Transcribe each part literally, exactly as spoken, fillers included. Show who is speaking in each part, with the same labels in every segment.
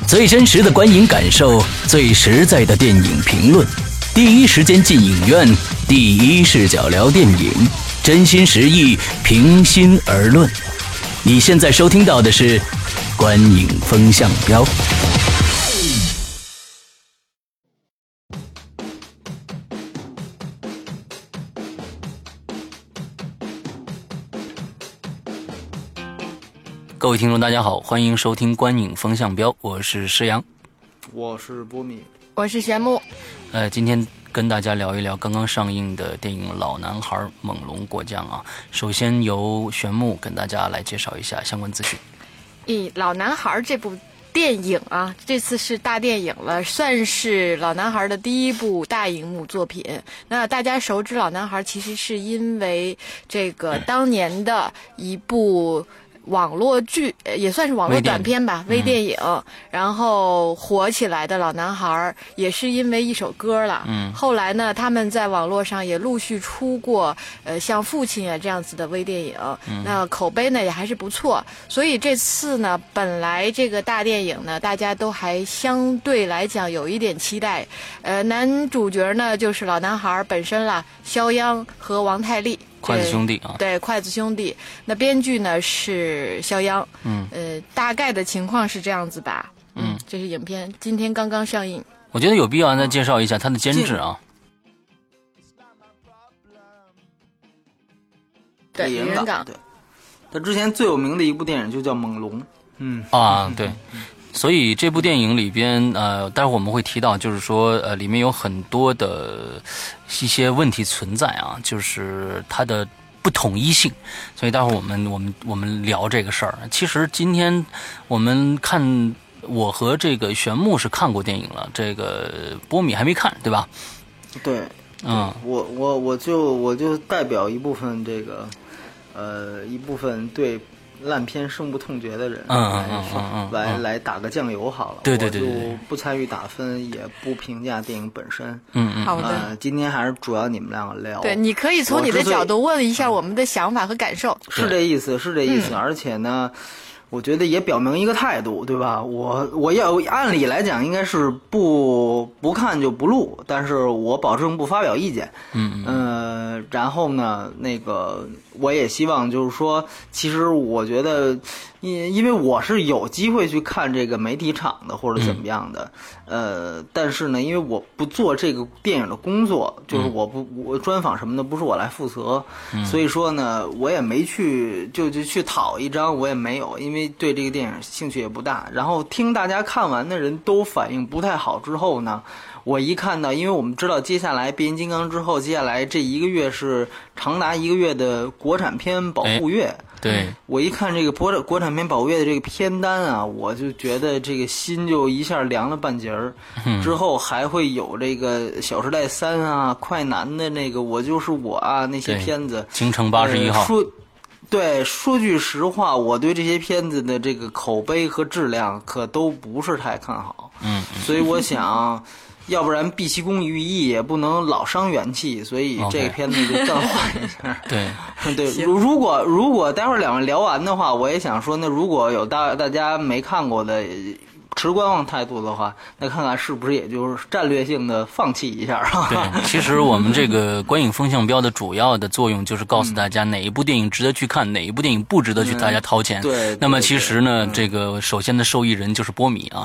Speaker 1: 最真实的观影感受，最实在的电影评论，第一时间进影院，第一视角聊电影，真心实意，平心而论。你现在收听到的是观影风向标。各位听众大家好，欢迎收听观影风向标，我是石阳，
Speaker 2: 我是波米，
Speaker 3: 我是玄木。
Speaker 1: 呃，今天跟大家聊一聊刚刚上映的电影《老男孩猛龙过江》啊。首先由玄木跟大家来介绍一下相关资讯。
Speaker 3: 以《老男孩》这部电影啊，这次是大电影了，算是老男孩的第一部大荧幕作品。那大家熟知老男孩，其实是因为这个当年的一部网络剧，也算是网络短片吧，微电影，嗯、然后火起来的老男孩也是因为一首歌了。嗯，后来呢，他们在网络上也陆续出过呃像父亲啊这样子的微电影，嗯、那口碑呢也还是不错。所以这次呢，本来这个大电影呢，大家都还相对来讲有一点期待。呃，男主角呢就是老男孩本身啦，肖央和王太利。
Speaker 1: 筷子兄弟啊，
Speaker 3: 对，筷子兄弟。那编剧呢是肖央，嗯，呃，大概的情况是这样子吧，嗯，这是影片今天刚刚上映。
Speaker 1: 我觉得有必要再介绍一下他的监制啊，
Speaker 3: 对，李仁港，
Speaker 2: 对，他之前最有名的一部电影就叫《猛龙》，嗯
Speaker 1: 啊，对。所以这部电影里边，呃，待会儿我们会提到，就是说，呃，里面有很多的一些问题存在啊，就是它的不统一性。所以待会儿我们我们我们聊这个事儿。其实今天我们看，我和这个玄木是看过电影了，这个波米还没看，对吧？
Speaker 2: 对，嗯，我我我就我就代表一部分这个，呃，一部分对烂片深不痛绝的人，
Speaker 1: 嗯嗯嗯嗯嗯，
Speaker 2: 来来打个酱油好了。
Speaker 1: 对对对对，
Speaker 2: 我就不参与打分，也不评价电影本身。
Speaker 1: 嗯嗯，
Speaker 3: 好的。
Speaker 2: 呃，今天还是主要你们两个聊。
Speaker 3: 对，你可以从你的角度问一下我们的想法和感受。
Speaker 2: 是这意思，是这意思。而且呢，我觉得也表明一个态度，对吧？我我要按理来讲应该是不不看就不录，但是我保证不发表意见。嗯呃，然后呢，那个我也希望就是说，其实我觉得，因因为我是有机会去看这个媒体场的或者怎么样的，嗯、呃，但是呢，因为我不做这个电影的工作，就是我不我专访什么的不是我来负责，嗯、所以说呢，我也没去就就去讨一张，我也没有，因为对这个电影兴趣也不大。然后听大家看完的人都反应不太好之后呢，我一看到，因为我们知道接下来变形金刚之后，接下来这一个月是长达一个月的国产片保护月。
Speaker 1: 对，
Speaker 2: 我一看这个国国产片保护月的这个片单啊，我就觉得这个心就一下凉了半截儿。嗯、之后还会有这个《小时代三》啊、快男的那个《我就是我》啊那些片子。
Speaker 1: 京城八十一号。
Speaker 2: 呃、说对，说句实话，我对这些片子的这个口碑和质量可都不是太看好。嗯，所以我想。要不然毕其功于一役，也不能老伤元气，所以这个片子就暂缓一下。
Speaker 1: 对
Speaker 2: 对，如如果如果待会儿两位聊完的话，我也想说，那如果有大大家没看过的，持观望态度的话，那看看是不是也就是战略性的放弃一下。
Speaker 1: 对，其实我们这个观影风向标的主要的作用就是告诉大家哪一部电影值得去看，哪一部电影不值得去大家掏钱。
Speaker 2: 嗯、对，
Speaker 1: 那么其实呢，
Speaker 2: 嗯、
Speaker 1: 这个首先的受益人就是波米啊。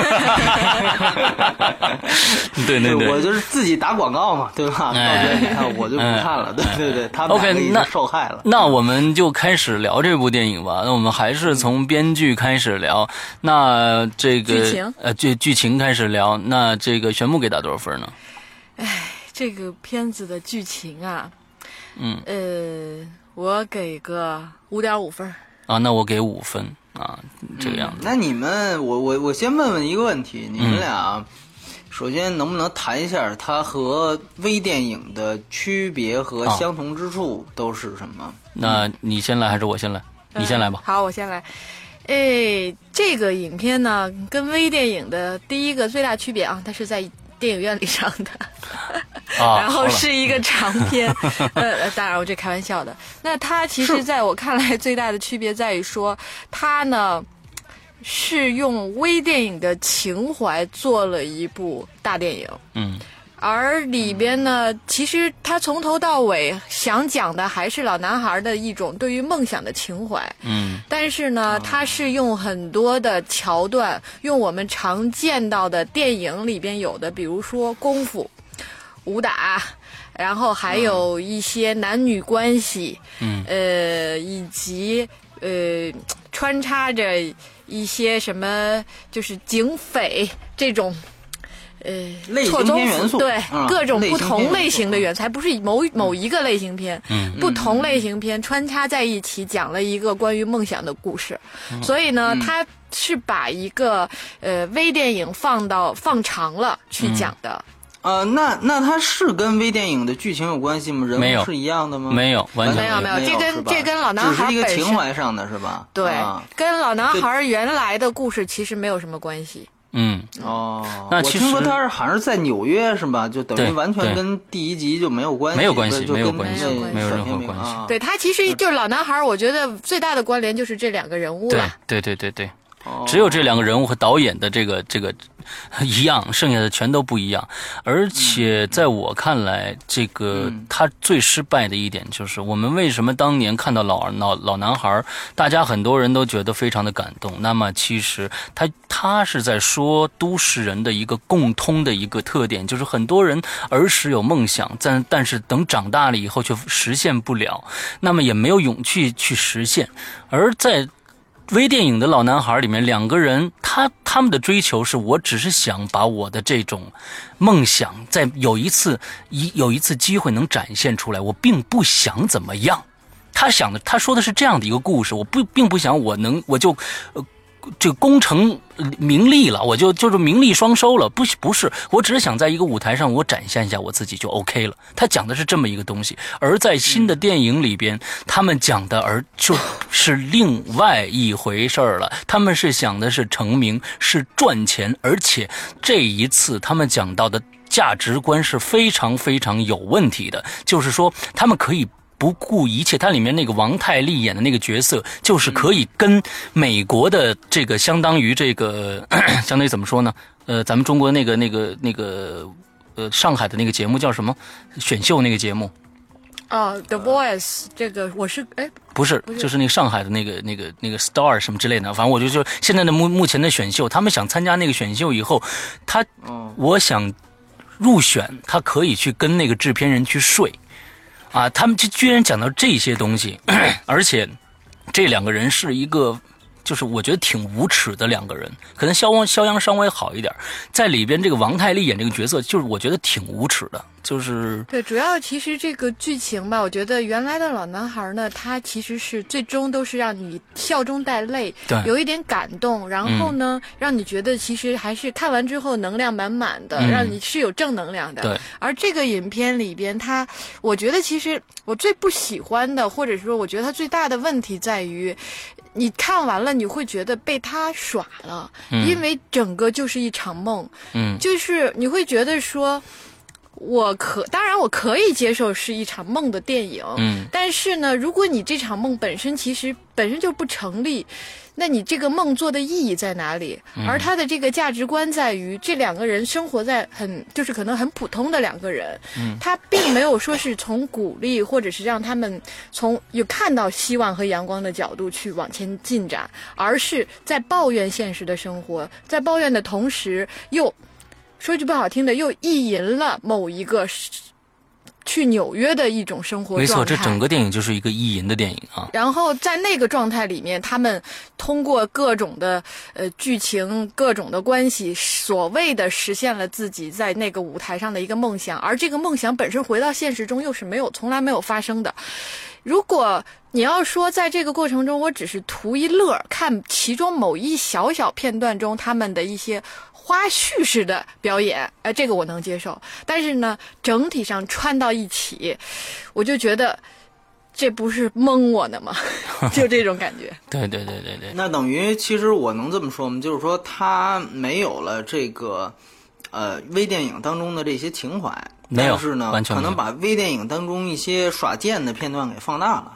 Speaker 1: 对对对，
Speaker 2: 我就是自己打广告嘛，对吧？哎，你看我就不看了，哎、对对对，他们两个已经受害了。
Speaker 1: 那我们就开始聊这部电影吧。那我们还是从编剧开始聊。那这个
Speaker 3: 剧情
Speaker 1: 呃剧剧情开始聊。那这个玄木给打多少分呢？
Speaker 3: 哎，这个片子的剧情啊，嗯呃，我给个五点五分
Speaker 1: 啊。那我给五分啊，这个样子。
Speaker 2: 嗯、那你们，我我我先问问一个问题，你们俩。嗯首先，能不能谈一下它和微电影的区别和相同之处都是什么？
Speaker 1: 哦、那你先来还是我先来？你先来吧。
Speaker 3: 嗯、好，我先来。诶，这个影片呢，跟微电影的第一个最大区别啊，它是在电影院里上的，
Speaker 1: 啊、
Speaker 3: 然后是一个长片。呃，当然我这开玩笑的。那它其实在我看来最大的区别在于说，它呢。 是用微电影的情怀做了一部大电影。
Speaker 1: 嗯。
Speaker 3: 而里边呢，其实他从头到尾想讲的还是老男孩的一种对于梦想的情怀。
Speaker 1: 嗯，
Speaker 3: 但是呢，他是用很多的桥段，用我们常见到的电影里边有的，比如说功夫、武打，然后还有一些男女关系，
Speaker 1: 嗯，
Speaker 3: 呃，以及呃穿插着一些什么，就是警匪这种。呃，
Speaker 2: 类型片元素，
Speaker 3: 对、
Speaker 2: 嗯、
Speaker 3: 各种不同类型的元素，还不是某某一个类型片，
Speaker 1: 嗯，
Speaker 3: 不同类型片穿插在一起，讲了一个关于梦想的故事。嗯、所以呢，它是把一个呃微电影放到放长了去讲的。
Speaker 2: 嗯、呃，那那它是跟微电影的剧情有关系吗？人物是一样的吗？
Speaker 1: 没有，完全
Speaker 3: 没有，没有，这跟这跟老男孩
Speaker 2: 只是一个情怀上的是吧？
Speaker 3: 对、
Speaker 2: 啊，
Speaker 3: 跟老男孩原来的故事其实没有什么关系。
Speaker 1: 嗯
Speaker 2: 哦，
Speaker 1: 那其实
Speaker 2: 我听说他是好像是在纽约是吧？就等于完全跟第一集就没有关系，
Speaker 1: 没有关系，
Speaker 2: 就
Speaker 1: 没有关系，没有任何关系。
Speaker 2: 啊、
Speaker 3: 对，他其实就是老男孩，我觉得最大的关联就是这两个人物了。
Speaker 1: 对对对对对。只有这两个人物和导演的这个这个一样，剩下的全都不一样。而且在我看来，这个他最失败的一点就是，我们为什么当年看到老老老男孩，大家很多人都觉得非常的感动。那么其实他他是在说都市人的一个共通的一个特点，就是很多人儿时有梦想，但但是等长大了以后却实现不了，那么也没有勇气去实现。而在微电影的老男孩里面，两个人他他们的追求是，我只是想把我的这种梦想在有一次一有一次机会能展现出来，我并不想怎么样。他想的他说的是这样的一个故事，我不并不想我能我就呃这个功成名利了，我就就是名利双收了，不不是，我只是想在一个舞台上我展现一下我自己就 OK 了。他讲的是这么一个东西，而在新的电影里边，他们讲的而就是另外一回事儿了。他们是想的是成名，是赚钱，而且这一次他们讲到的价值观是非常非常有问题的，就是说他们可以不顾一切，它里面那个王太利演的那个角色，就是可以跟美国的这个相当于这个相当于怎么说呢？呃，咱们中国那个那个那个呃上海的那个节目叫什么？选秀那个节目。
Speaker 3: 哦、uh, ，The Voice， 这个我是哎，
Speaker 1: 不是，就是那个上海的那个那个那个 Star 什么之类的，反正我就就现在的目目前的选秀，他们想参加那个选秀以后，他，我想入选，他可以去跟那个制片人去睡。啊，他们就居然讲到这些东西，而且这两个人是一个，就是我觉得挺无耻的两个人。可能肖肖央稍微好一点，在里边这个王太利演这个角色，就是我觉得挺无耻的。就是
Speaker 3: 对，主要其实这个剧情吧，我觉得原来的老男孩呢，他其实是最终都是让你笑中带泪，
Speaker 1: 对，
Speaker 3: 有一点感动，然后呢、嗯，让你觉得其实还是看完之后能量满满的，
Speaker 1: 嗯、
Speaker 3: 让你是有正能量的。
Speaker 1: 对，
Speaker 3: 而这个影片里边，他我觉得其实我最不喜欢的，或者说我觉得他最大的问题在于，你看完了你会觉得被他耍了，
Speaker 1: 嗯、
Speaker 3: 因为整个就是一场梦，
Speaker 1: 嗯，
Speaker 3: 就是你会觉得说。我可当然我可以接受是一场梦的电影，
Speaker 1: 嗯，
Speaker 3: 但是呢，如果你这场梦本身其实本身就不成立，那你这个梦做的意义在哪里？
Speaker 1: 嗯、
Speaker 3: 而他的这个价值观在于，这两个人生活在很就是可能很普通的两个人，
Speaker 1: 嗯，
Speaker 3: 他并没有说是从鼓励或者是让他们从有看到希望和阳光的角度去往前进展，而是在抱怨现实的生活，在抱怨的同时又。说句不好听的，又意淫了某一个去纽约的一种生活状态。
Speaker 1: 没错，这整个电影就是一个意淫的电影啊。
Speaker 3: 然后在那个状态里面，他们通过各种的呃剧情、各种的关系，所谓的实现了自己在那个舞台上的一个梦想，而这个梦想本身回到现实中又是没有、从来没有发生的。如果你要说在这个过程中，我只是图一乐，看其中某一小小片段中他们的一些。花絮式的表演，哎，这个我能接受。但是呢，整体上串到一起，我就觉得这不是蒙我的吗？就这种感觉。
Speaker 1: 对对对对对。
Speaker 2: 那等于其实我能这么说吗？就是说他没有了这个呃微电影当中的这些情怀。
Speaker 1: 没有，
Speaker 2: 但是呢，可能把微电影当中一些耍贱的片段给放大了。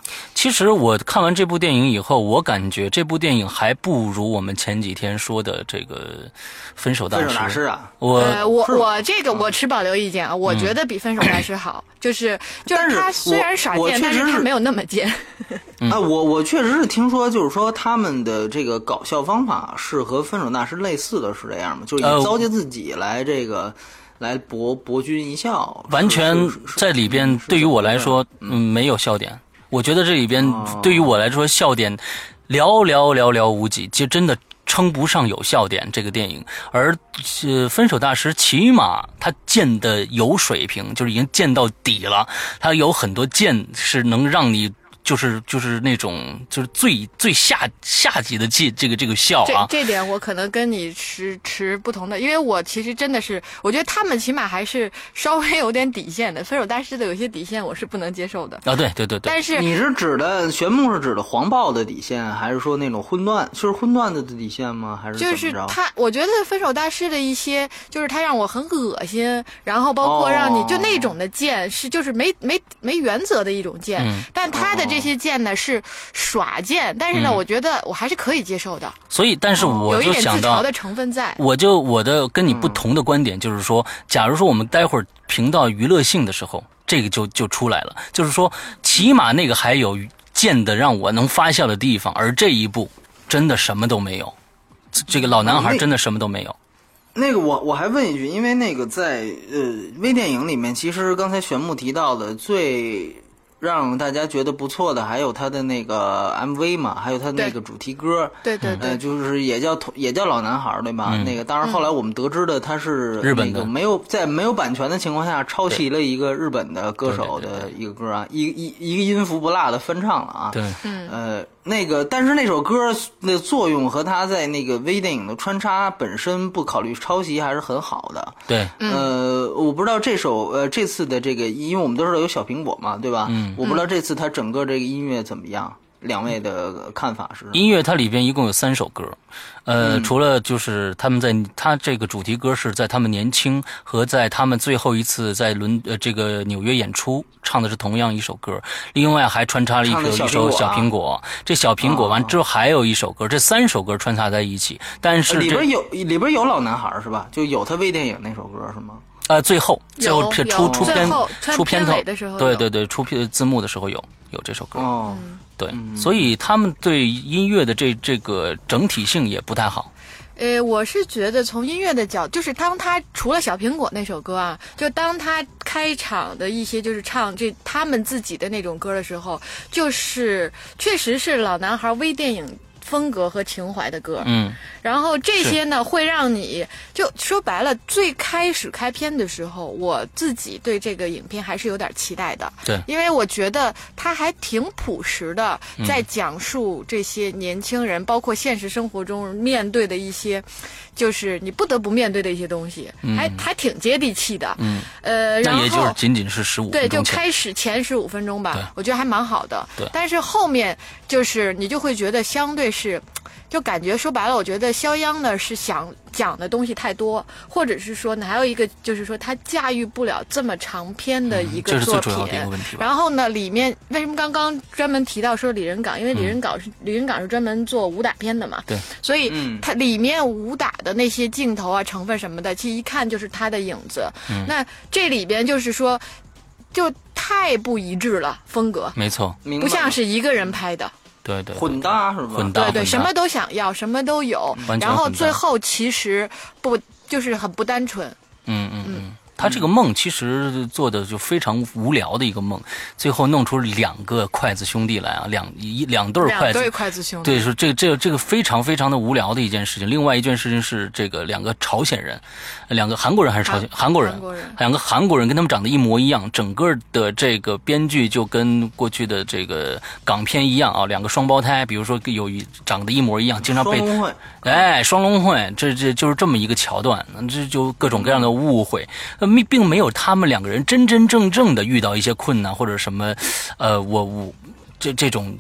Speaker 1: 其实我看完这部电影以后，我感觉这部电影还不如我们前几天说的这个《分手大师》。
Speaker 2: 分手大师啊，
Speaker 1: 我、
Speaker 3: 呃、我我这个我持保留意见啊，我觉得比《分手大师》好，就是就是他虽然耍贱，但是他没有那么贱。
Speaker 2: 嗯、啊，我我确实是听说，就是说他们的这个搞笑方法是和《分手大师》类似的，是这样吗？就是以糟践自己来这个。呃来博博君一笑，
Speaker 1: 完全在里边对于我来说，嗯，没有笑点。我觉得这里边对于我来说笑点寥寥寥寥无几，就真的称不上有笑点。这个电影，而呃，分手大师起码他建的有水平，就是已经建到底了。他有很多建是能让你。就是就是那种就是最最下下级的这这个这个笑啊，
Speaker 3: 这这点我可能跟你持持不同的，因为我其实真的是，我觉得他们起码还是稍微有点底线的。分手大师的有些底线我是不能接受的
Speaker 1: 啊，对对对对。
Speaker 3: 但是
Speaker 2: 你是指的玄牧是指的黄暴的底线，还是说那种荤段，就是荤段子的底线吗？还是怎么着？
Speaker 3: 就是他，我觉得分手大师的一些，就是他让我很恶心，然后包括让你、哦、就那种的贱是就是没没没原则的一种贱，嗯、但他的这些贱呢是耍贱，但是呢、嗯，我觉得我还是可以接受的。
Speaker 1: 所以，但是我就想到，有一点
Speaker 3: 自嘲的成分在。
Speaker 1: 我就我的跟你不同的观点就是说，假如说我们待会儿评到娱乐性的时候，这个就就出来了，就是说，起码那个还有贱的让我能发笑的地方，而这一部真的什么都没有。这个老男孩真的什么都没有。
Speaker 2: 那个我我还问一句，因为那个在呃微电影里面，其实刚才玄牧提到的最。让大家觉得不错的还有他的那个 M V 嘛，还有他的那个主题歌，
Speaker 3: 对对对，
Speaker 2: 呃，就是也叫也叫老男孩对吧、嗯？那个当然后来我们得知的他是
Speaker 1: 日本的，
Speaker 2: 没有在没有版权的情况下抄袭了一个日本的歌手的一个歌啊，一一一个音符不落的翻唱了啊，
Speaker 1: 对，
Speaker 2: 呃，那个但是那首歌的作用和他在那个微电影的穿插本身不考虑抄袭还是很好的，
Speaker 1: 对，
Speaker 2: 呃，我不知道这首呃这次的这个，因为我们都知道有小苹果嘛，对吧？嗯。我不知道这次他整个这个音乐怎么样，两位的看法是？
Speaker 1: 音乐它里边一共有三首歌，呃、嗯，除了就是他们在他这个主题歌是在他们年轻和在他们最后一次在伦呃这个纽约演出唱的是同样一首歌，另外还穿插了一首一首小苹果，这小苹果完之后还有一首歌，这三首歌穿插在一起，但是
Speaker 2: 里边有里边有老男孩是吧？就有他微电影那首歌是吗？
Speaker 1: 呃，最后最后出出片出片头
Speaker 3: 的时候，
Speaker 1: 对对对，出片字幕的时候有有这首歌。
Speaker 2: 哦，
Speaker 1: 对、
Speaker 2: 嗯，
Speaker 1: 所以他们对音乐的这这个整体性也不太好。
Speaker 3: 呃，我是觉得从音乐的角，就是当他除了小苹果那首歌啊，就当他开场的一些就是唱这他们自己的那种歌的时候，就是确实是老男孩微电影风格和情怀的歌，
Speaker 1: 嗯，
Speaker 3: 然后这些呢会让你就说白了，最开始开篇的时候，我自己对这个影片还是有点期待的，
Speaker 1: 对，
Speaker 3: 因为我觉得它还挺朴实的，在讲述这些年轻人，嗯、包括现实生活中面对的一些，就是你不得不面对的一些东西，嗯、还还挺接地气的，
Speaker 1: 嗯，
Speaker 3: 呃，然后
Speaker 1: 那也就是仅仅是十五分钟，
Speaker 3: 对，就开始前十五分钟吧，我觉得还蛮好的，
Speaker 1: 对，
Speaker 3: 但是后面就是你就会觉得相对是，就感觉说白了，我觉得肖央呢是想讲的东西太多，或者是说呢还有一个就是说他驾驭不了这么长篇的一个作品。
Speaker 1: 嗯、
Speaker 3: 然后呢，里面为什么刚刚专门提到说李仁港？因为李仁港是、嗯、李仁港是专门做武打片的嘛，
Speaker 1: 对，
Speaker 3: 所以它里面武打的那些镜头啊、成分什么的，其实一看就是他的影子。
Speaker 1: 嗯、
Speaker 3: 那这里边就是说，就太不一致了，风格
Speaker 1: 没错，
Speaker 3: 不像是一个人拍的。
Speaker 1: 对 对, 对，
Speaker 2: 混搭是吧？
Speaker 1: 混搭，
Speaker 3: 对对，什么都想要，什么都有，然后最后其实不就是很不单纯。
Speaker 1: 嗯嗯嗯，他这个梦其实做的就非常无聊的一个梦，最后弄出两个筷子兄弟来啊，两一两对筷子，
Speaker 3: 两对筷子兄弟。
Speaker 1: 对，说这这这个非常非常的无聊的一件事情。另外一件事情是这个两个朝鲜人，两个韩国人还是朝鲜韩国人，两个韩国人跟他们长得一模一样，整个的这个编剧就跟过去的这个港片一样啊，两个双胞胎，比如说有长得一模一样，经常被
Speaker 2: 双龙会，
Speaker 1: 哎，双龙会，这这就是这么一个桥段，这就各种各样的误会，并没有他们两个人真真正正的遇到一些困难或者什么，呃，我我这这种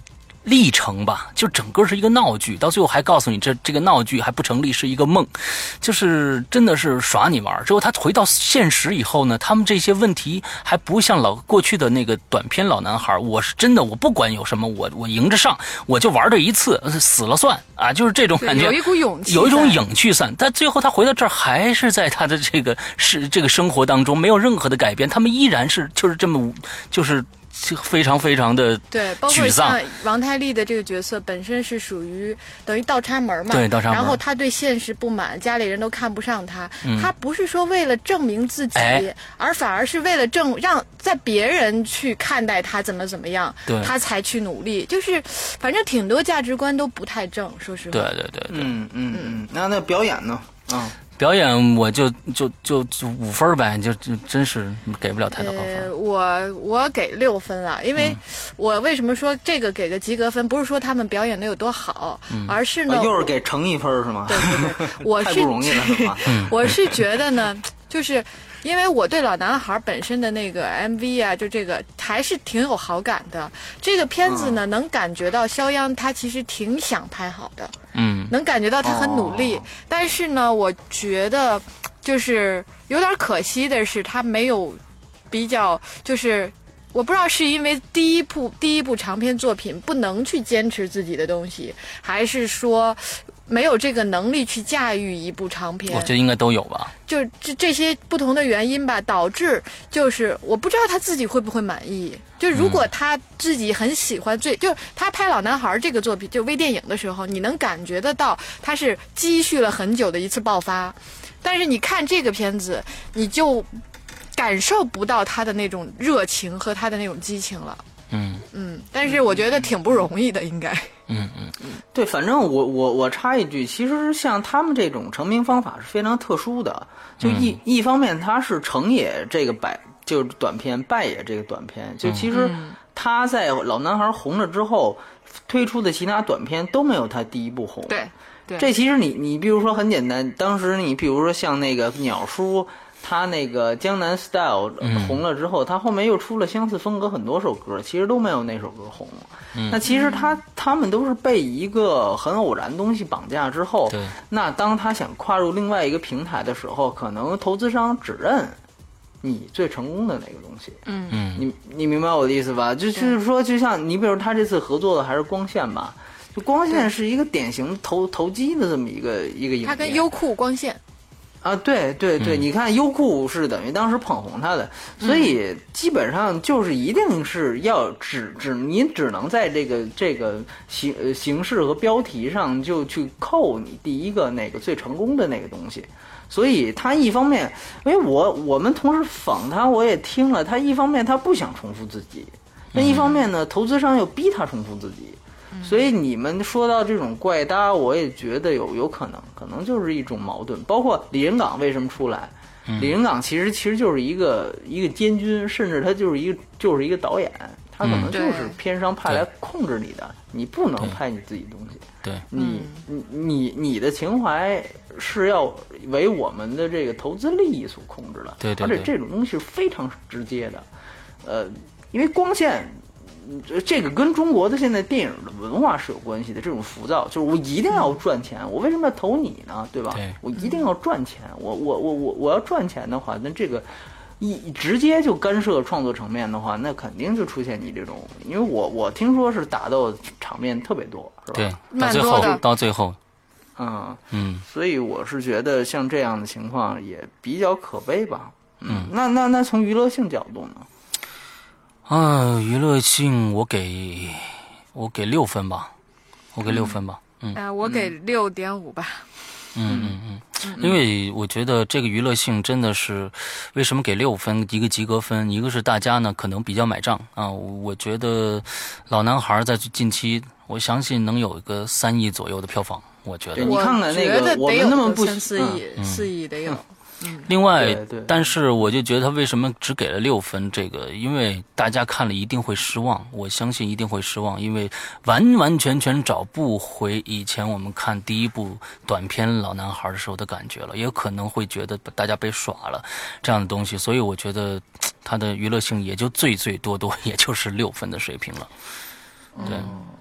Speaker 1: 历程吧，就整个是一个闹剧，到最后还告诉你这这个闹剧还不成立，是一个梦，就是真的是耍你玩。之后他回到现实以后呢，他们这些问题还不像老过去的那个短篇老男孩，我是真的我不管有什么，我我迎着上，我就玩这一次，死了算啊，就是这种感觉，
Speaker 3: 有一股勇气，
Speaker 1: 有一种勇气散。但最后他回到这儿，还是在他的这个是这个生活当中没有任何的改变，他们依然是就是这么就是非常非常的
Speaker 3: 对，包括像王太利的这个角色本身是属于等于倒插门嘛，
Speaker 1: 对，倒插门。
Speaker 3: 然后他对现实不满，家里人都看不上他，嗯、他不是说为了证明自己，
Speaker 1: 哎、
Speaker 3: 而反而是为了证让在别人去看待他怎么怎么样，他才去努力。就是反正挺多价值观都不太正，说实话。
Speaker 1: 对对对对，
Speaker 2: 嗯嗯嗯。那那表演呢？啊、嗯。
Speaker 1: 表演我就就就就五分呗，就就真是给不了太多高分。
Speaker 3: 呃、我我给六分啊，因为我为什么说这个给个及格分，不是说他们表演的有多好，嗯、而是呢、
Speaker 2: 啊，又是给乘一分是吗？
Speaker 3: 对对对，我是
Speaker 2: 太不容易了是吧？
Speaker 3: 我是觉得呢，就是因为我对老男孩本身的那个 M V 啊，就这个还是挺有好感的。这个片子呢，嗯、能感觉到肖央他其实挺想拍好的。嗯，能感觉到他很努力，哦、但是呢，我觉得就是有点可惜的是，他没有比较，就是我不知道是因为第一部第一部长篇作品不能去坚持自己的东西，还是说没有这个能力去驾驭一部长篇。
Speaker 1: 我觉得应该都有吧。
Speaker 3: 就这这些不同的原因吧，导致就是我不知道他自己会不会满意。就如果他自己很喜欢最，嗯、就他拍《老男孩》这个作品，就微电影的时候，你能感觉得到他是积蓄了很久的一次爆发，但是你看这个片子，你就感受不到他的那种热情和他的那种激情了。嗯嗯，但是我觉得挺不容易的，应该。
Speaker 2: 嗯嗯嗯，对，反正我我我插一句，其实像他们这种成名方法是非常特殊的，就一、嗯、一方面他是成也这个百就是短片，败也这个短片，就其实他在老男孩红了之后推出的其他短片都没有他第一部红。
Speaker 3: 对对，
Speaker 2: 这其实你你比如说很简单，当时你比如说像那个鸟叔。他那个江南 style 红了之后，嗯、他后面又出了相似风格很多首歌，其实都没有那首歌红。嗯、那其实他他们都是被一个很偶然的东西绑架之后，那当他想跨入另外一个平台的时候，可能投资商只认你最成功的那个东西。嗯嗯，你你明白我的意思吧？就是说，就像你比如他这次合作的还是光线吧，就光线是一个典型投投机的这么一个一个影片。
Speaker 3: 他跟优酷光线。
Speaker 2: 啊，对对对，嗯、你看优酷是等于当时捧红他的，所以基本上就是一定是要只只你只能在这个这个形呃形式和标题上就去扣你第一个那个最成功的那个东西，所以他一方面，因为我我们同时访他，我也听了，他一方面他不想重复自己，但一方面呢，投资商又逼他重复自己。所以你们说到这种怪搭，我也觉得有有可能，可能就是一种矛盾。包括李仁港为什么出来？嗯、李仁港其实其实就是一个一个监军，甚至他就是一个就是一个导演，他可能就是片商派来控制你的，嗯、你不能拍你自己东西。
Speaker 1: 对，
Speaker 2: 你你你你的情怀是要为我们的这个投资利益所控制的。
Speaker 1: 对对对，
Speaker 2: 而且这种东西是非常直接的，呃，因为光线。这个跟中国的现在电影的文化是有关系的，这种浮躁就是我一定要赚钱，我为什么要投你呢？对吧？
Speaker 1: 对，
Speaker 2: 我一定要赚钱，我我我我我要赚钱的话，那这个一直接就干涉创作层面的话，那肯定就出现你这种，因为我我听说是打斗场面特别多，是吧？
Speaker 1: 对，到最后到最后，
Speaker 2: 嗯嗯，所以我是觉得像这样的情况也比较可悲吧。嗯，那那那从娱乐性角度呢？
Speaker 1: 啊，娱乐性我给我给六分吧，我给六分吧，嗯，
Speaker 3: 啊、呃，我给六点五吧，
Speaker 1: 嗯嗯嗯，因为我觉得这个娱乐性真的是，为什么给六分一个及格分，一个是大家呢可能比较买账啊，我觉得老男孩在近期，我相信能有一个三亿左右的票房，我觉得，
Speaker 2: 你看看那个我们那么不
Speaker 3: 三四亿，嗯、四亿得有。
Speaker 1: 另外
Speaker 2: 对对，
Speaker 1: 但是我就觉得他为什么只给了六分？这个，因为大家看了一定会失望，我相信一定会失望，因为完完全全找不回以前我们看第一部短片《老男孩》的时候的感觉了，也有可能会觉得大家被耍了这样的东西，所以我觉得它的娱乐性也就最最多多也就是六分的水平了。对，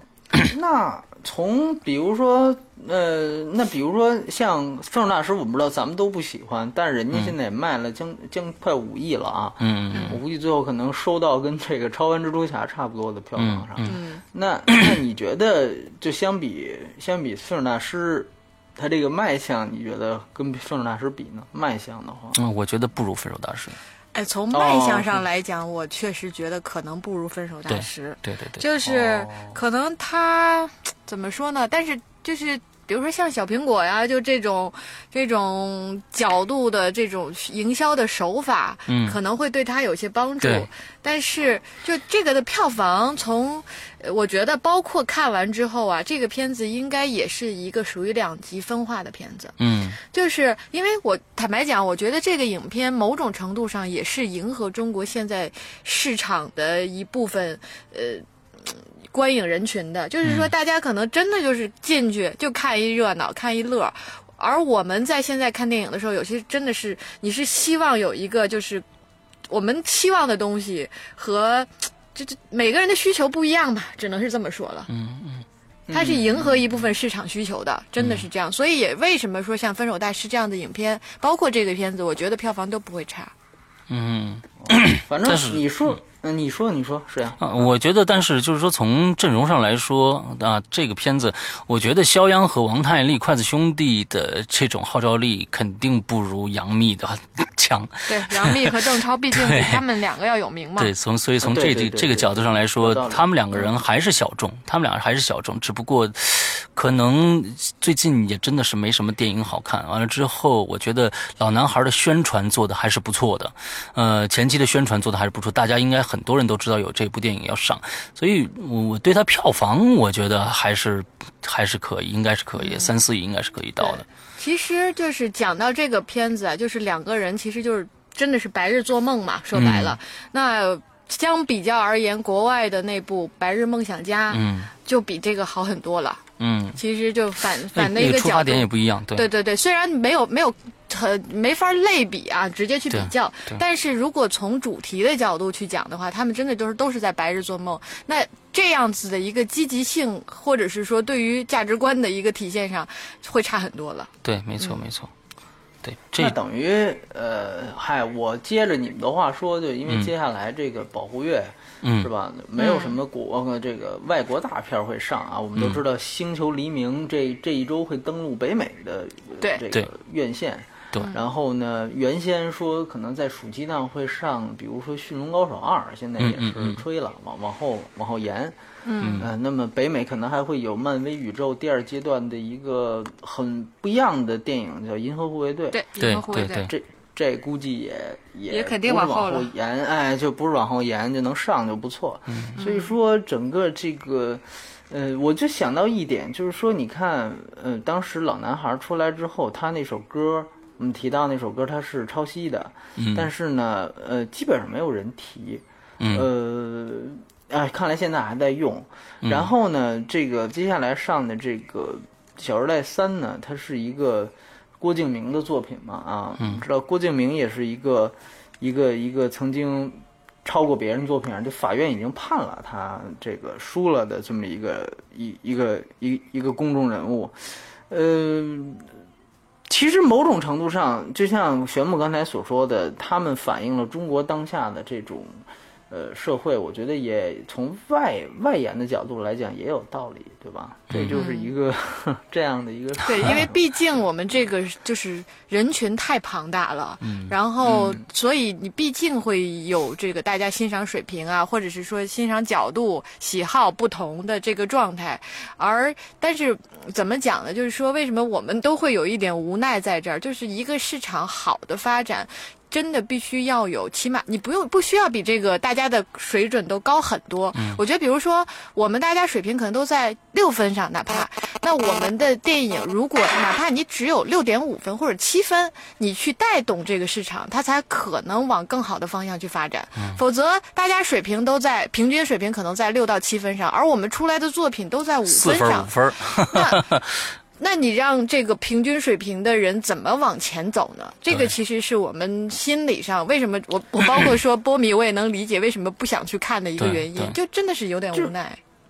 Speaker 2: 那从比如说，呃，那比如说像《分手大师》，我不知道咱们都不喜欢，但是人家现在也卖了将、嗯、将快五亿了啊。
Speaker 1: 嗯嗯，
Speaker 2: 我估计最后可能收到跟这个《超凡蜘蛛侠》差不多的票房上。
Speaker 1: 嗯
Speaker 3: 嗯，
Speaker 2: 那那你觉得，就相比相比《分手大师》，它这个卖相，你觉得跟《分手大师》比呢？卖相的话，
Speaker 1: 嗯，我觉得不如《分手大师》。
Speaker 3: 哎，从卖相上来讲，哦、我确实觉得可能不如《分手大师》。
Speaker 1: 对对对，
Speaker 3: 就是可能他、哦、怎么说呢？但是就是比如说像小苹果呀，就这种这种角度的这种营销的手法，嗯，可能会对他有些帮助。但是就这个的票房从，从我觉得包括看完之后啊，这个片子应该也是一个属于两极分化的片子。嗯，就是因为我坦白讲，我觉得这个影片某种程度上也是迎合中国现在市场的一部分，呃。观影人群的，就是说大家可能真的就是进去就看一热闹，看一乐，而我们在现在看电影的时候，有些真的是你是希望有一个就是我们期望的东西和这这每个人的需求不一样吧，只能是这么说了。嗯嗯，它是迎合一部分市场需求的，真的是这样。所以也为什么说像《分手大师》这样的影片，包括这个片子，我觉得票房都不会差。
Speaker 1: 嗯，
Speaker 2: 反正你说。嗯，你说，你说是呀、
Speaker 1: 啊。我觉得，但是就是说，从阵容上来说啊，这个片子，我觉得肖央和王太利筷子兄弟的这种号召力肯定不如杨幂的强。
Speaker 3: 对，杨幂和邓超毕竟比他们两个要有名嘛。
Speaker 1: 对，从所以从这这这个角度上来说，他们两个人还是小众，他们俩还是小众，只不过可能最近也真的是没什么电影好看。完了之后，我觉得老男孩的宣传做的还是不错的，呃，前期的宣传做的还是不错，大家应该。很多人都知道有这部电影要上，所以我对它票房我觉得还是还是可以，应该是可以，三四亿应该是可以到的。
Speaker 3: 其实就是讲到这个片子啊，就是两个人其实就是真的是白日做梦嘛，说白了。嗯、那相比较而言，国外的那部《白日梦想家》嗯，就比这个好很多了。嗯，其实就反反的一个角度，
Speaker 1: 出发点也不一样。对
Speaker 3: 对对对，虽然没有没有。很没法类比啊，直接去比较。但是如果从主题的角度去讲的话，他们真的都是都是在白日做梦。那这样子的一个积极性，或者是说对于价值观的一个体现上，会差很多了。
Speaker 1: 对，没错，嗯、没错。对，
Speaker 2: 这等于呃，嗨，我接着你们的话说，就因为接下来这个保护月。嗯，是吧？没有什么国呃这个外国大片会上啊。我们都知道，《星球黎明》这这一周会登陆北美的这个院线。
Speaker 1: 对，
Speaker 2: 然后呢，原先说可能在暑期档会上，比如说《驯龙高手二》，现在也是吹了，往往后往后延。嗯，呃，那么北美可能还会有漫威宇宙第二阶段的一个很不一样的电影，叫《银河护卫队》。
Speaker 3: 对，银河护卫队。
Speaker 2: 这这估计也也
Speaker 3: 也肯定往后
Speaker 2: 了延，哎，就不是往后延，就能上就不错。嗯，所以说整个这个。呃，我就想到一点，就是说，你看，呃，当时老男孩出来之后，他那首歌。我们提到那首歌，它是抄袭的，嗯、但是呢，呃，基本上没有人提，嗯、呃，啊，看来现在还在用。嗯、然后呢，这个接下来上的这个《小时代三》呢，它是一个郭敬明的作品嘛，啊，嗯、知道郭敬明也是一个一个一个曾经超过别人作品上，就法院已经判了他这个输了的这么一个一一个一一个公众人物，呃。其实某种程度上，就像玄牧刚才所说的，他们反映了中国当下的这种，呃，社会。我觉得也从外外延的角度来讲也有道理，对吧？这就是一个、嗯、这样的一个
Speaker 3: 对，因为毕竟我们这个就是人群太庞大了，嗯，然后、嗯、所以你毕竟会有这个大家欣赏水平啊，或者是说欣赏角度、喜好不同的这个状态，而但是怎么讲呢？就是说为什么我们都会有一点无奈在这儿？就是一个市场好的发展。真的必须要有，起码你不用不需要比这个大家的水准都高很多。嗯，我觉得比如说我们大家水平可能都在六分上，哪怕那我们的电影如果哪怕你只有六点五分或者七分，你去带动这个市场，它才可能往更好的方向去发展。嗯，否则大家水平都在平均水平可能在六到七分上，而我们出来的作品都在五分上。
Speaker 1: 四分五分。
Speaker 3: 那那你让这个平均水平的人怎么往前走呢？这个其实是我们心理上为什么我我包括说波米我也能理解为什么不想去看的一个原因，就真的是有点无奈。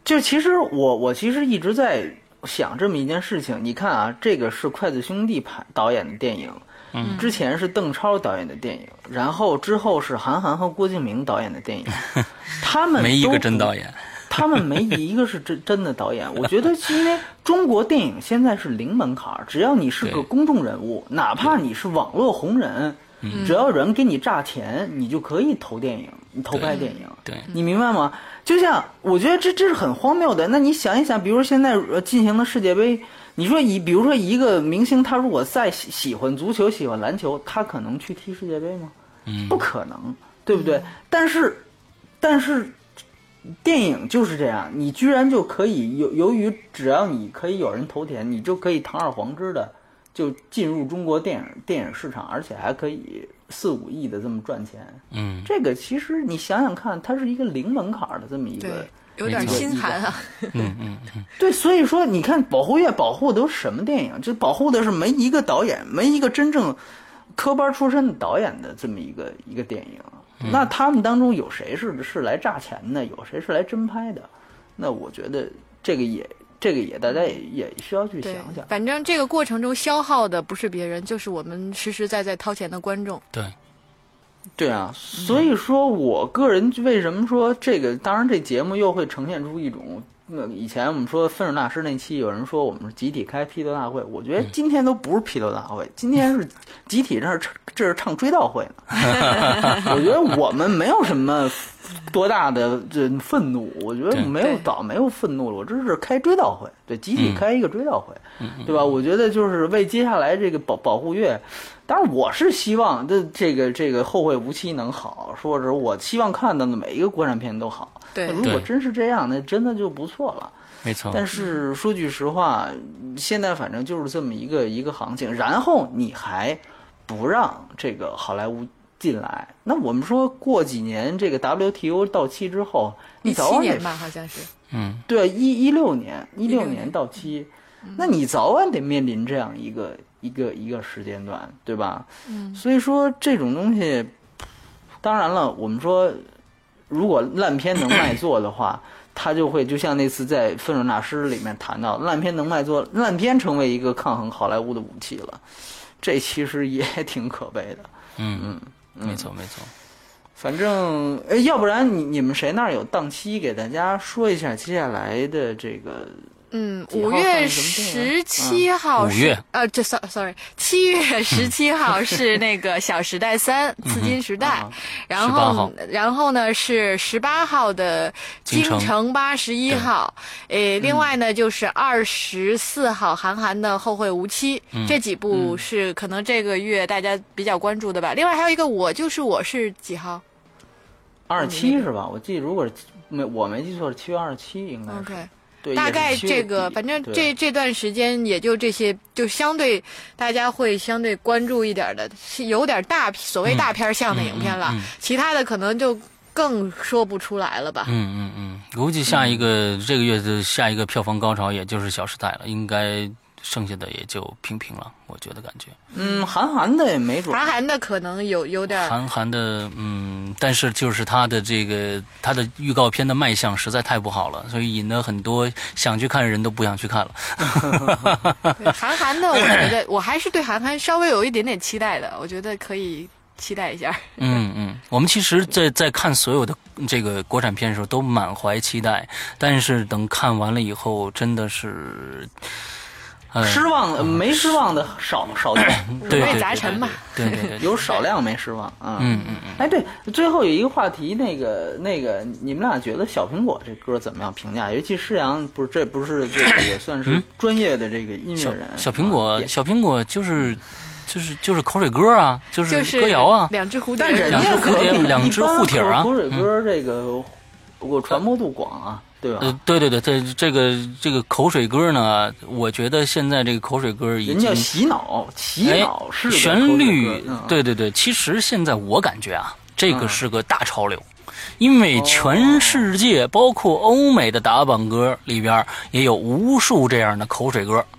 Speaker 2: 就其实我我其实一直在想这么一件事情。你看啊，这个是筷子兄弟拍导演的电影，
Speaker 1: 嗯，
Speaker 2: 之前是邓超导演的电影，然后之后是韩寒和郭敬明导演的电影，他们
Speaker 1: 没一个真导演。
Speaker 2: 他们没一个是真真的导演。我觉得是因为中国电影现在是零门槛，只要你是个公众人物，哪怕你是网络红人，只要有人给你榨钱，你就可以投电影，你投拍电影。
Speaker 1: 对，
Speaker 2: 你明白吗？就像我觉得这这是很荒谬的。那你想一想，比如说现在进行的世界杯，你说以比如说一个明星，他如果再喜喜欢足球、喜欢篮球，他可能去踢世界杯吗？
Speaker 1: 嗯，
Speaker 2: 不可能，对不对？但是，但是。电影就是这样，你居然就可以由由于只要你可以有人投钱，你就可以堂而皇之的就进入中国电影电影市场，而且还可以四五亿的这么赚钱。
Speaker 1: 嗯，
Speaker 2: 这个其实你想想看，它是一个零门槛的这么一个，
Speaker 3: 有点心寒啊。
Speaker 1: 嗯嗯嗯，
Speaker 2: 对，所以说你看保护月保护的都是什么电影？就保护的是没一个导演，没一个真正科班出身的导演的这么一个一个电影。那他们当中有谁是是来榨钱的，有谁是来真拍的？那我觉得这个也这个也大家也也需要去想想。
Speaker 3: 反正这个过程中消耗的不是别人，就是我们实实在在掏钱的观众。
Speaker 1: 对，
Speaker 2: 对啊，所以说我个人为什么说这个？当然，这节目又会呈现出一种。那以前我们说分手大师那期，有人说我们是集体开批斗大会，我觉得今天都不是批斗大会，今天是集体这是这是唱追悼会呢。我觉得我们没有什么多大的这愤怒，我觉得没有早没有愤怒了，我这是开追悼会，对，集体开一个追悼会，
Speaker 1: 嗯、
Speaker 2: 对吧？我觉得就是为接下来这个保保护月。当然，我是希望这这个这个后会无期能好，说是我希望看到的每一个国产片都好。
Speaker 3: 对，
Speaker 2: 如果真是这样，那真的就不错了。
Speaker 1: 没错。
Speaker 2: 但是说句实话，现在反正就是这么一个一个行情，然后你还不让这个好莱坞进来，那我们说过几年这个 W T O 到期之后，你早晚
Speaker 3: 一七年吧，好像是。
Speaker 1: 嗯，
Speaker 2: 对，一一六年，一六年到期，那你早晚得面临这样一个一个一个时间段，对吧？
Speaker 3: 嗯，
Speaker 2: 所以说这种东西，当然了，我们说。如果烂片能卖座的话，他就会就像那次在《分手大师》里面谈到，烂片能卖座，烂片成为一个抗衡好莱坞的武器了，这其实也挺可悲的。
Speaker 1: 嗯
Speaker 2: 嗯，
Speaker 1: 没错没错。
Speaker 2: 反正，哎，要不然你你们谁那儿有档期，给大家说一下接下来的这个。
Speaker 3: 嗯，五月十七号是、
Speaker 1: 嗯、五月
Speaker 3: 呃，这 sorry， 七月十七号是那个《小时代三》刺金时代，
Speaker 2: 嗯、
Speaker 3: 然后然后呢是十八号的《京城八十一号》，诶，另外呢、嗯、就是二十四号韩寒的《后会无期》，
Speaker 1: 嗯、
Speaker 3: 这几部是可能这个月大家比较关注的吧。另外还有一个《我就是我》是几号？
Speaker 2: 二十七是吧？我记得如果没我没记错是七月二十七，应该是。
Speaker 3: Okay.
Speaker 2: 对，
Speaker 3: 大概这个，反正这这段时间也就这些，就相对大家会相对关注一点的，是有点大所谓大片向的影片了，
Speaker 1: 嗯嗯嗯、
Speaker 3: 其他的可能就更说不出来了吧。
Speaker 1: 嗯嗯嗯，估计下一个、嗯、这个月的下一个票房高潮也就是《小时代》了，应该剩下的也就平平了，我觉得感觉。
Speaker 2: 嗯，韩寒的也没准。
Speaker 3: 韩寒的可能有有点。
Speaker 1: 韩寒的，嗯，但是就是他的这个他的预告片的卖相实在太不好了，所以引得很多想去看的人都不想去看了。
Speaker 3: 韩寒的，我觉得我还是对韩寒稍微有一点点期待的，我觉得可以期待一下。
Speaker 1: 嗯嗯，我们其实在在看所有的这个国产片的时候都满怀期待，但是等看完了以后，真的是。
Speaker 2: 失望的没失望的少少见，
Speaker 3: 五味杂陈嘛，
Speaker 1: 对对对，
Speaker 2: 有少量没失望啊。
Speaker 1: 嗯嗯嗯。
Speaker 2: 哎，对，最后有一个话题，那个那个，你们俩觉得小苹果这歌怎么样评价？尤其施洋不是，这不是这个也算是专业的这个音乐人。
Speaker 1: 小苹果，小苹果就是就是就是口水歌啊，就是歌谣啊，
Speaker 3: 两只蝴蝶，
Speaker 2: 但人家可
Speaker 1: 以两只护体啊，
Speaker 2: 口水歌这个我传播度广啊。对吧？
Speaker 1: 呃，对对对，这这个这个口水歌呢，我觉得现在这个口水歌已经
Speaker 2: 人家洗脑，洗脑式的
Speaker 1: 旋律，
Speaker 2: 嗯、
Speaker 1: 对对对。其实现在我感觉啊，这个是个大潮流，嗯、因为全世界、哦、包括欧美的打榜歌里边也有无数这样的口水歌。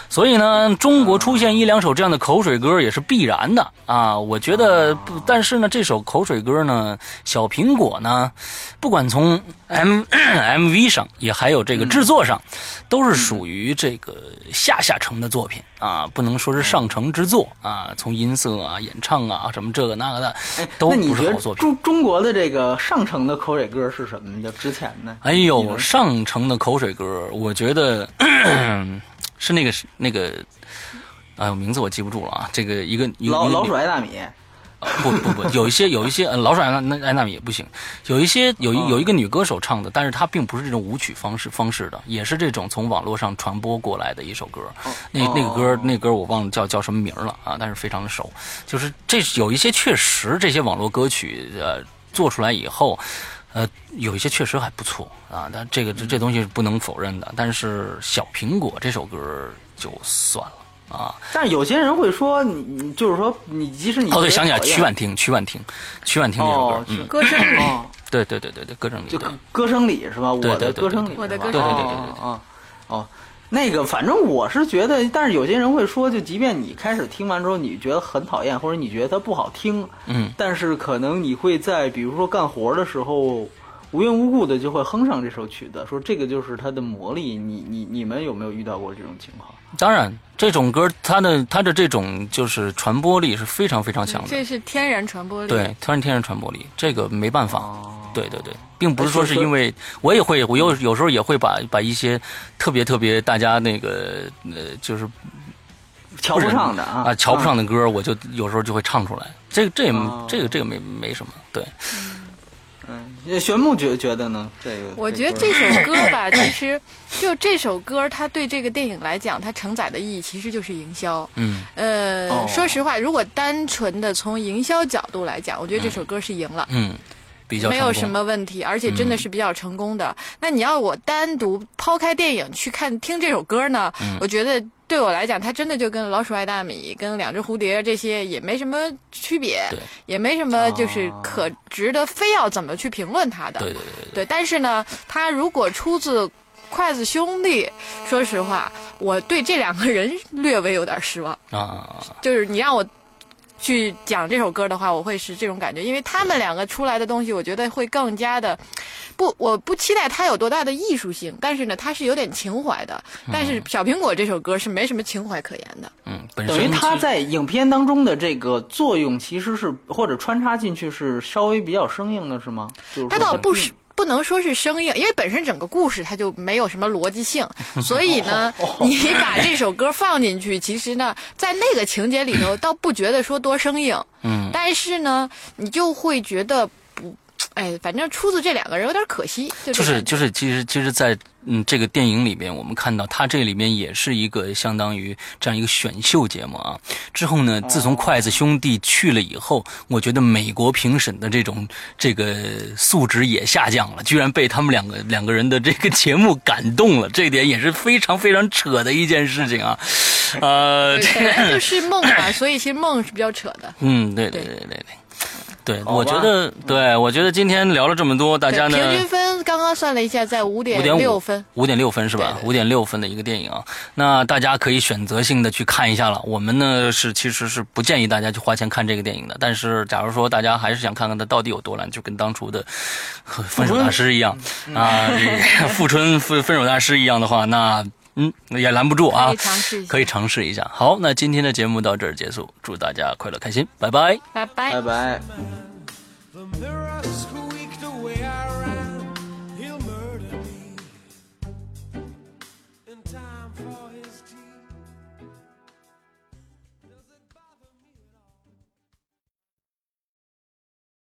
Speaker 1: 所以呢，中国出现一两首这样的口水歌也是必然的啊。我觉得不，但是呢，这首口水歌呢，小苹果呢，不管从 M M V 上也还有这个制作上，都是属于这个下下乘的作品啊，不能说是上乘之作啊。从音色啊、演唱啊什么这个那个的，都不是好作品。
Speaker 2: 中中国的这个上乘的口水歌是什么？叫之前的？
Speaker 1: 哎呦，上乘的口水歌，我觉得是那个那个，哎呦，名字我记不住了啊。这个一个一个
Speaker 2: 老老鼠爱大米。
Speaker 1: 不不不，有一些有一些呃，老鼠爱那爱大米也不行，有一些有一有一个女歌手唱的，但是她并不是这种舞曲方式方式的，也是这种从网络上传播过来的一首歌。那那个歌那歌我忘了叫叫什么名了啊，但是非常的熟。就是这有一些确实这些网络歌曲呃做出来以后，呃有一些确实还不错啊，但这个这这东西是不能否认的。但是小苹果这首歌就算了。啊，
Speaker 2: 但是有些人会说，你你就是说，你即使你
Speaker 1: 哦，对，想起来，曲婉婷，曲婉婷，曲婉婷这首歌，
Speaker 2: 哦、
Speaker 1: 嗯，
Speaker 3: 歌声里，
Speaker 2: 哦、
Speaker 1: 对对对对对，歌声里，
Speaker 2: 就歌声里是吧？
Speaker 1: 对
Speaker 2: 我的歌声里，
Speaker 3: 我的歌声里，
Speaker 1: 对对对对
Speaker 2: 对对哦哦，那个，反正我是觉得，但是有些人会说，就即便你开始听完之后，你觉得很讨厌，或者你觉得它不好听，
Speaker 1: 嗯，
Speaker 2: 但是可能你会在比如说干活的时候。无缘无故的就会哼上这首曲子，说这个就是它的魔力。你你你们有没有遇到过这种情况？
Speaker 1: 当然，这种歌它的它的这种就是传播力是非常非常强的，
Speaker 3: 这是天然传播力。
Speaker 1: 对，天然天然传播力，这个没办法。
Speaker 2: 哦、
Speaker 1: 对对对，并不是说是因为我也会，我有有时候也会把把一些特别特别大家那个呃就是
Speaker 2: 瞧不上的啊
Speaker 1: 啊瞧不上的歌，我就有时候就会唱出来。这个这也、
Speaker 2: 哦、
Speaker 1: 这个这个没没什么，对。
Speaker 2: 嗯，玄木觉觉得呢？这个
Speaker 3: 我觉得这首歌吧，其实就这首歌，它对这个电影来讲，它承载的意义其实就是营销。
Speaker 1: 嗯，
Speaker 3: 呃，
Speaker 2: 哦、
Speaker 3: 说实话，如果单纯的从营销角度来讲，我觉得这首歌是赢了。
Speaker 1: 嗯。比较
Speaker 3: 没有什么问题，而且真的是比较成功的。嗯、那你要我单独抛开电影去看听这首歌呢？
Speaker 1: 嗯、
Speaker 3: 我觉得对我来讲，它真的就跟《老鼠爱大米》、跟两只蝴蝶这些也没什么区别，也没什么就是可值得非要怎么去评论它的。
Speaker 1: 对对对
Speaker 3: 对, 对。但是呢，它如果出自筷子兄弟，说实话，我对这两个人略微有点失望
Speaker 1: 啊。
Speaker 3: 就是你让我去讲这首歌的话，我会是这种感觉，因为他们两个出来的东西，我觉得会更加的不，我不期待它有多大的艺术性，但是呢，它是有点情怀的。但是小苹果这首歌是没什么情怀可言的。
Speaker 1: 嗯，本身
Speaker 2: 等于它在影片当中的这个作用，其实是或者穿插进去是稍微比较生硬的，是吗？就是
Speaker 3: 它倒不是。不能说是生硬，因为本身整个故事它就没有什么逻辑性，所以呢，你把这首歌放进去，其实呢，在那个情节里头，倒不觉得说多生硬，
Speaker 1: 嗯，
Speaker 3: 但是呢，你就会觉得不，哎，反正出自这两个人有点可惜，就
Speaker 1: 就是就是，其实其实，在嗯这个电影里边，我们看到它这里面也是一个相当于这样一个选秀节目啊。之后呢，自从筷子兄弟去了以后，我觉得美国评审的这种这个素质也下降了，居然被他们两个两个人的这个节目感动了，这点也是非常非常扯的一件事情啊。呃，
Speaker 3: 本来就是梦嘛，所以其实梦是比较扯的。
Speaker 1: 嗯，对对对对对。对，我觉得，对我觉得今天聊了这么多，大家呢，
Speaker 3: 平均分刚刚算了一下，在五点六分，
Speaker 1: 五点六分是吧？五点六分的一个电影啊，那大家可以选择性的去看一下了。我们呢是其实是不建议大家去花钱看这个电影的，但是假如说大家还是想看看它到底有多烂，就跟当初的分手大师一样啊，富春分分手大师一样的话，那嗯也拦不住啊，
Speaker 3: 可以尝试一下，
Speaker 1: 可以尝试一下。好，那今天的节目到这儿结束，祝大家快乐开心，拜拜，
Speaker 3: 拜拜，
Speaker 2: 拜拜。